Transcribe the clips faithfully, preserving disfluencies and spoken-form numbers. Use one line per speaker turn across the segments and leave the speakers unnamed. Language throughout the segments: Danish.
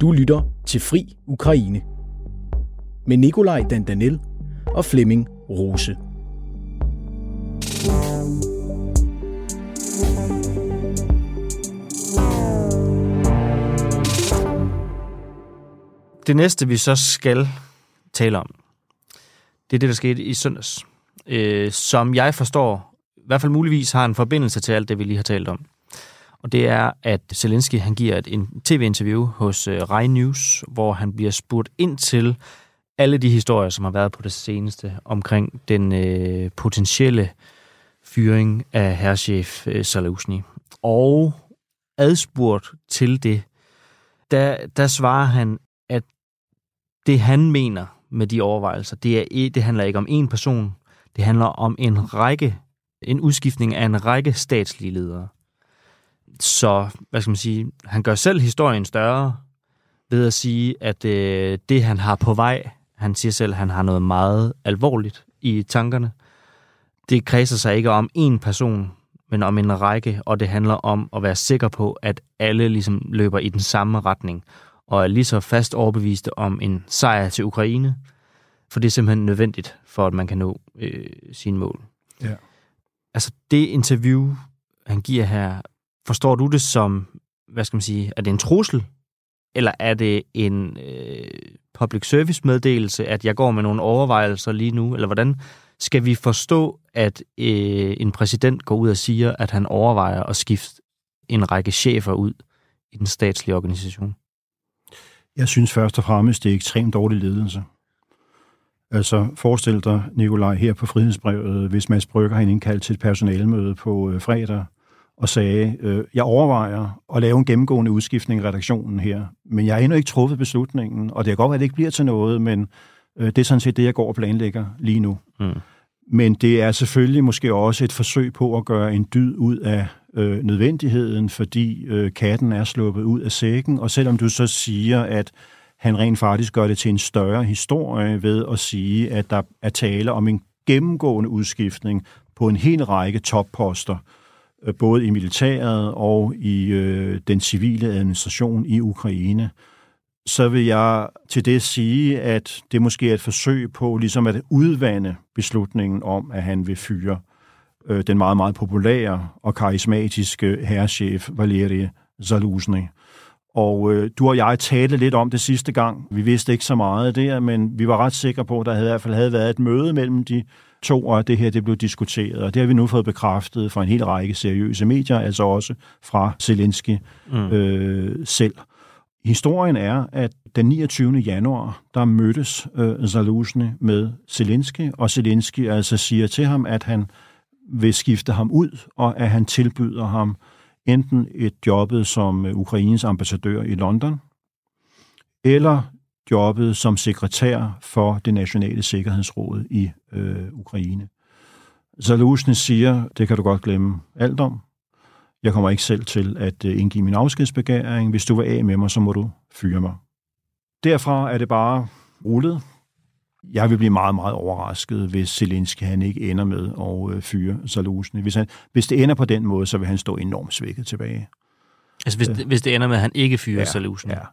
Du lytter til Fri Ukraine med Nikolaj Dandanel og Flemming Rose.
Det næste, vi så skal tale om, det er det, der skete i søndags. Øh, som jeg forstår, i hvert fald muligvis har en forbindelse til alt det, vi lige har talt om. Og det er, at Zelensky han giver et tv-interview hos uh, Rai News, hvor han bliver spurgt ind til alle de historier, som har været på det seneste omkring den øh, potentielle fyring af hærchef øh, Zaluzhny. Og adspurgt til det, der, der svarer han, at det han mener med de overvejelser, det, er, det handler ikke om én person, det handler om en række, en udskiftning af en række statslige ledere. Så, hvad skal man sige, han gør selv historien større ved at sige, at øh, det han har på vej, han siger selv, at han har noget meget alvorligt i tankerne. Det kredser sig ikke om én person, men om en række, og det handler om at være sikker på, at alle ligesom løber i den samme retning, og er lige så fast overbeviste om en sejr til Ukraine, for det er simpelthen nødvendigt, for at man kan nå øh, sine mål.
Ja. Altså
det interview, han giver her, forstår du det som, hvad skal man sige, er det en trussel, eller er det en øh, public service meddelelse, at jeg går med nogle overvejelser lige nu, eller hvordan skal vi forstå, at øh, en præsident går ud og siger, at han overvejer at skifte en række chefer ud i den statslige organisation?
Jeg synes først og fremmest, det er ekstremt dårlig ledelse. Altså, forestil dig, Nikolaj, her på Frihedsbrevet, hvis Mads Brügger har indkaldt til et personalemøde på øh, fredag, og sagde, øh, jeg overvejer at lave en gennemgående udskiftning i redaktionen her, men jeg har endnu ikke truffet beslutningen, og det kan godt være, at det ikke bliver til noget, men øh, det er sådan set det, jeg går og planlægger lige nu. Mm. Men det er selvfølgelig måske også et forsøg på at gøre en dyd ud af øh, nødvendigheden, fordi øh, katten er sluppet ud af sækken, og selvom du så siger, at han rent faktisk gør det til en større historie ved at sige, at der er tale om en gennemgående udskiftning på en hel række topposter, både i militæret og i øh, den civile administration i Ukraine, så vil jeg til det sige, at det måske er et forsøg på ligesom at udvande beslutningen om, at han vil fyre øh, den meget, meget populære og karismatiske hærchef Valery Zaluzhny. Og øh, du og jeg talte lidt om det sidste gang. Vi vidste ikke så meget der, men vi var ret sikre på, at der havde, i hvert fald havde været et møde mellem de to, og det her det blev diskuteret. Og det har vi nu fået bekræftet fra en hel række seriøse medier, altså også fra Zelensky mm. øh, selv. Historien er, at den niogtyvende januar, der mødtes øh, Zaluzhny med Zelensky, og Zelensky altså siger til ham, at han vil skifte ham ud, og at han tilbyder ham enten et jobbet som Ukraines ambassadør i London, eller jobbet som sekretær for det nationale sikkerhedsråd i øh, Ukraine. Zaluzhny siger, det kan du godt glemme alt om. Jeg kommer ikke selv til at øh, indgive min afskedsbegæring. Hvis du vil af med mig, så må du fyre mig. Derfra er det bare rullet. Jeg vil blive meget, meget overrasket, hvis Zelensky han ikke ender med at øh, fyre Zaluzhny. Hvis, han, hvis det ender på den måde, så vil han stå enormt svækket tilbage.
Altså hvis, øh, hvis det ender med, at han ikke fyrer
ja,
Zaluzhny?
Ja.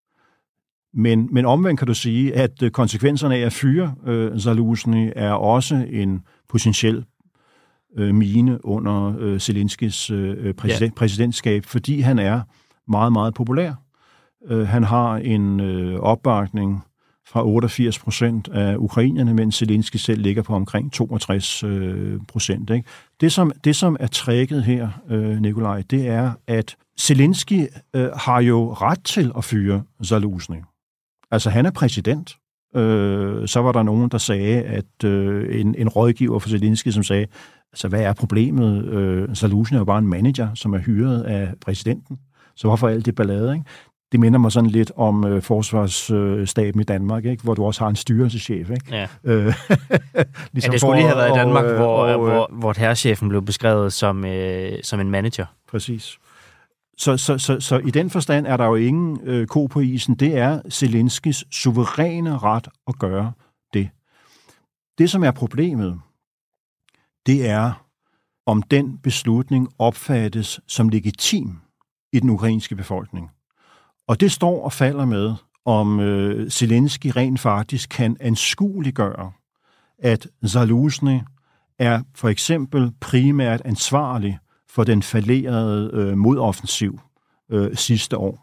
Men, men omvendt kan du sige, at konsekvenserne af at fyre øh, Zaluzhny er også en potentiel øh, mine under øh, Zelenskys øh, præsident, ja. præsidentskab, fordi han er meget, meget populær. Øh, han har en øh, opbakning fra otteogfirs procent af ukrainerne, mens Zelensky selv ligger på omkring toogtres procent. Ikke? Det, som, det, som er tricket her, øh, Nikolaj, det er, at Zelensky øh, har jo ret til at fyre Zaluzhny. Altså, han er præsident. Øh, så var der nogen, der sagde, at øh, en, en rådgiver for Zelensky, som sagde, altså, hvad er problemet? Øh, Zaluzhny er jo bare en manager, som er hyret af præsidenten. Så hvorfor alt det ballade, ikke? Det minder mig sådan lidt om øh, forsvarsstaben i Danmark, ikke? Hvor du også har en styrelseschef. Ikke?
Ja.
Øh,
ligesom ja, det skulle lige have været i Danmark, og, hvor, og, hvor, hvor hærchefen blev beskrevet som, øh, som en manager.
Præcis. Så, så, så, så i den forstand er der jo ingen øh, ko på isen. Det er Zelenskys suveræne ret at gøre det. Det, som er problemet, det er, om den beslutning opfattes som legitim i den ukrainske befolkning. Og det står og falder med, om øh, Zelensky rent faktisk kan anskueliggøre, at Zaluzhny er for eksempel primært ansvarlig for den fallerede øh, modoffensiv øh, sidste år.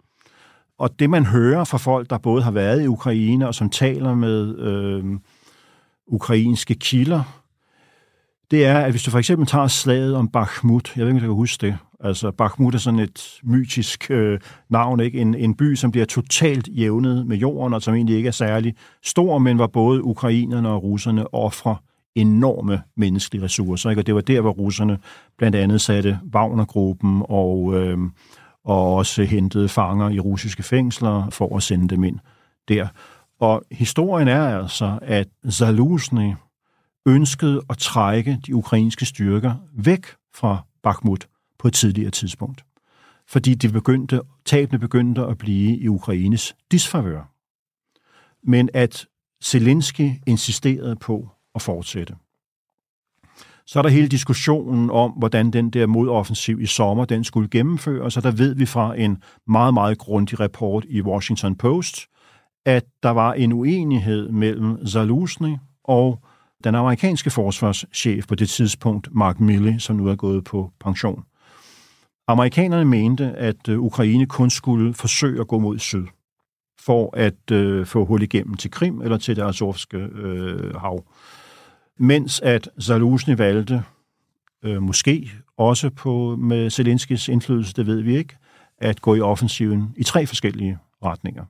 Og det, man hører fra folk, der både har været i Ukraine og som taler med øh, ukrainske kilder, det er, at hvis du for eksempel tager slaget om Bakhmut, jeg ved ikke, om du kan huske det, altså Bakhmut er sådan et mytisk øh, navn, ikke? En, en by, som bliver totalt jævnet med jorden, og som egentlig ikke er særlig stor, men hvor både ukrainerne og russerne offrer enorme menneskelige ressourcer, ikke? Og det var der, hvor russerne blandt andet satte Wagner-gruppen og, øh, og også hentede fanger i russiske fængsler for at sende dem ind der. Og historien er altså, at Zaluzhny ønskede at trække de ukrainske styrker væk fra Bakhmut på et tidligere tidspunkt, fordi de begyndte, tabene begyndte at blive i Ukraines disfavør. Men at Zelensky insisterede på at fortsætte. Så er der hele diskussionen om, hvordan den der modoffensiv i sommer, den skulle gennemføres, og der ved vi fra en meget, meget grundig rapport i Washington Post, at der var en uenighed mellem Zaluzhny og den amerikanske forsvarschef på det tidspunkt, Mark Milley, som nu er gået på pension. Amerikanerne mente, at Ukraine kun skulle forsøge at gå mod syd, for at øh, få hul igennem til Krim eller til det Azovske øh, hav. Mens at Zaluzhny valgte, øh, måske også på, med Zelenskys indflydelse, det ved vi ikke, at gå i offensiven i tre forskellige retninger.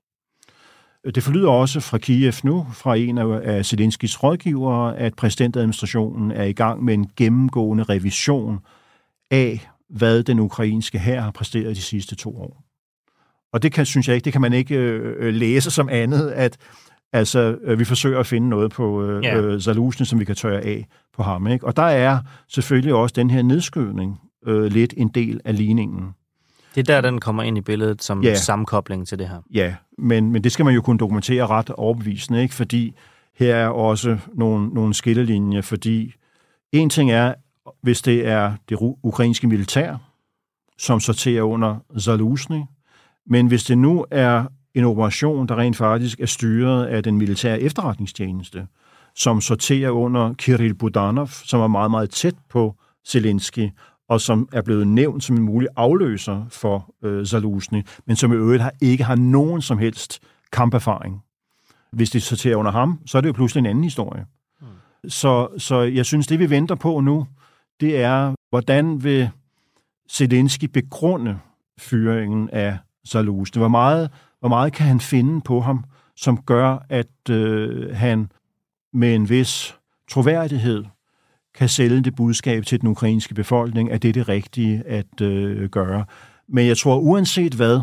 Det forlyder også fra Kiev nu, fra en af Zelenskys rådgivere, at præsidentadministrationen er i gang med en gennemgående revision af, hvad den ukrainske hær har præsteret de sidste to år. Og det kan, synes jeg ikke, det kan man ikke øh, læse som andet, at altså, øh, vi forsøger at finde noget på øh, yeah. Zaluzhny, som vi kan tørre af på ham. Ikke? Og der er selvfølgelig også den her nedskydning øh, lidt en del af ligningen.
Det er der, den kommer ind i billedet som ja. sammenkobling til det her.
Ja, men, men det skal man jo kunne dokumentere ret overbevisende, ikke? Fordi her er også nogle, nogle skillelinjer, fordi en ting er, hvis det er det ukrainske militær, som sorterer under Zaluzhny, men hvis det nu er en operation, der rent faktisk er styret af den militære efterretningstjeneste, som sorterer under Kirill Budanov, som er meget, meget tæt på Zelensky, og som er blevet nævnt som en mulig afløser for øh, Zaluzhny, men som i øvrigt har, ikke har nogen som helst kamperfaring. Hvis det sorterer under ham, så er det jo pludselig en anden historie. Mm. Så, så jeg synes, det vi venter på nu, det er, hvordan vil Zelensky begrunde fyringen af Zaluzhny? Hvor meget, hvor meget kan han finde på ham, som gør, at øh, han med en vis troværdighed kan sælge det budskab til den ukrainske befolkning, at det er det rigtige at øh, gøre. Men jeg tror, uanset hvad,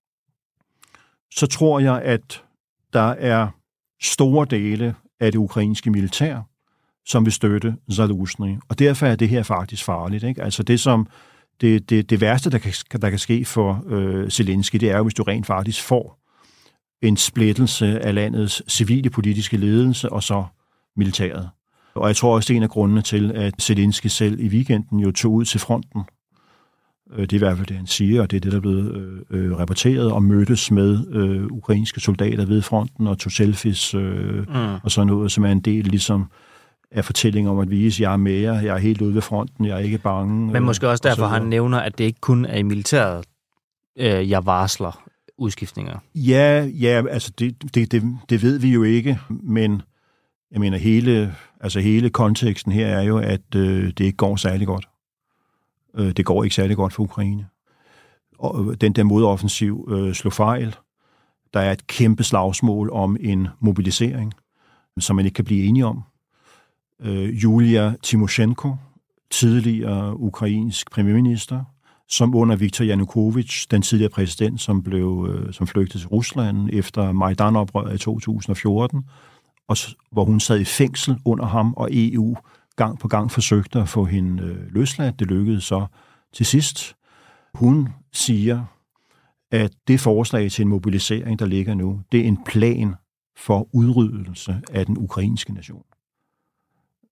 så tror jeg, at der er store dele af det ukrainske militær, som vil støtte Zaluzhny. Og derfor er det her faktisk farligt. Ikke? Altså det, som det, det, det værste, der kan, der kan ske for øh, Zelensky, det er jo, hvis du rent faktisk får en splittelse af landets civile politiske ledelse og så militæret. Og jeg tror også, det er en af grundene til, at Zelensky selv i weekenden jo tog ud til fronten. Det er i hvert fald det, han siger, og det er det, der er blevet øh, rapporteret, og mødtes med øh, ukrainske soldater ved fronten, og tog selfies øh, mm. og sådan noget, som er en del ligesom af fortællinger om at vise, at jeg er med jer, jeg er helt ude ved fronten, jeg er ikke bange.
Men måske også derfor,
og
han nævner, at det ikke kun er i militæret, øh, jeg varsler udskiftninger.
Ja, ja, altså det, det, det, det ved vi jo ikke, men jeg mener, hele, altså hele konteksten her er jo, at øh, det ikke går særlig godt. Øh, det går ikke særlig godt for Ukraine. Og den der modoffensiv øh, slog fejl. Der er et kæmpe slagsmål om en mobilisering, som man ikke kan blive enige om. Øh, Julia Timoshenko, tidligere ukrainsk premierminister, som under Viktor Yanukovych, den tidligere præsident, som blev øh, som flygtede til Rusland efter Majdan-oprøret i to tusind og fjorten, og hvor hun sad i fængsel under ham, og E U gang på gang forsøgte at få hende øh, løsladt. Det lykkedes så til sidst. Hun siger, at det forslag til en mobilisering, der ligger nu, det er en plan for udryddelse af den ukrainske nation.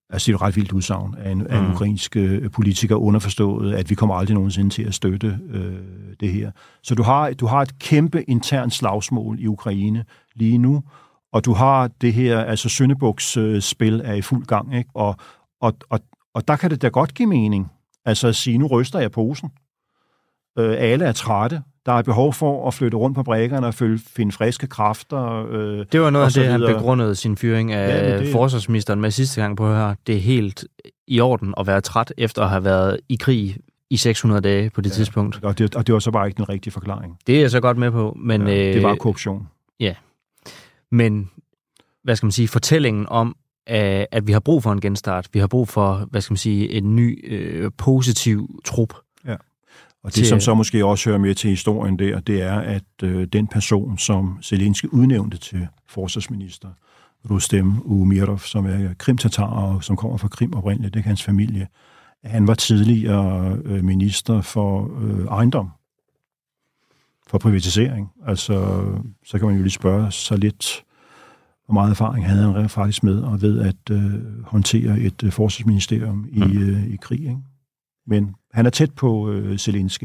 Altså, det er et ret vildt udsagn af en, mm. af en ukrainsk øh, politiker, underforstået, at vi kommer aldrig nogensinde til at støtte øh, det her. Så du har, du har et kæmpe internt slagsmål i Ukraine lige nu, og du har det her, altså Søndebuks øh, spil er i fuld gang, ikke? Og, og, og, og der kan det da godt give mening, altså at sige, nu ryster jeg posen. Øh, alle er trætte. Der er behov for at flytte rundt på brækkerne og finde friske kræfter. Øh,
det var noget af det, han begrundede sin fyring af ja, det, forsvarsministeren med sidste gang på her. Det er helt i orden at være træt efter at have været i krig i seks hundrede dage på det ja, tidspunkt.
Og det, og det var så bare ikke den rigtige forklaring.
Det er jeg så godt med på. Men, ja,
det var korruption.
Ja. Men, hvad skal man sige, fortællingen om, at vi har brug for en genstart, vi har brug for, hvad skal man sige, en ny øh, positiv trup.
Ja. Og det, til, som så måske også hører med til historien der, det er, at øh, den person, som Zelensky udnævnte til forsvarsminister, Rustem Umirov, som er krimtatar og som kommer fra Krim oprindeligt, det er hans familie, han var tidligere øh, minister for øh, ejendom, for privatisering. Altså, så kan man jo lige spørge sig lidt, hvor meget erfaring havde han faktisk med og ved at øh, håndtere et øh, forsvarsministerium i, mm. øh, i krig, ikke? Men han er tæt på øh, Zelensky.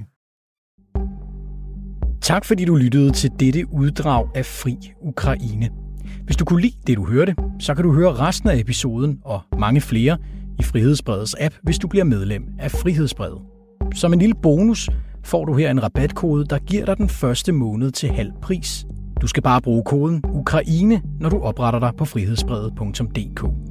Tak fordi du lyttede til dette uddrag af Fri Ukraine. Hvis du kunne lide det, du hørte, så kan du høre resten af episoden og mange flere i Frihedsbredets app, hvis du bliver medlem af Frihedsbredet. Som en lille bonus får du her en rabatkode, der giver dig den første måned til halv pris. Du skal bare bruge koden Ukraine, når du opretter dig på frihedsbredet punktum d k.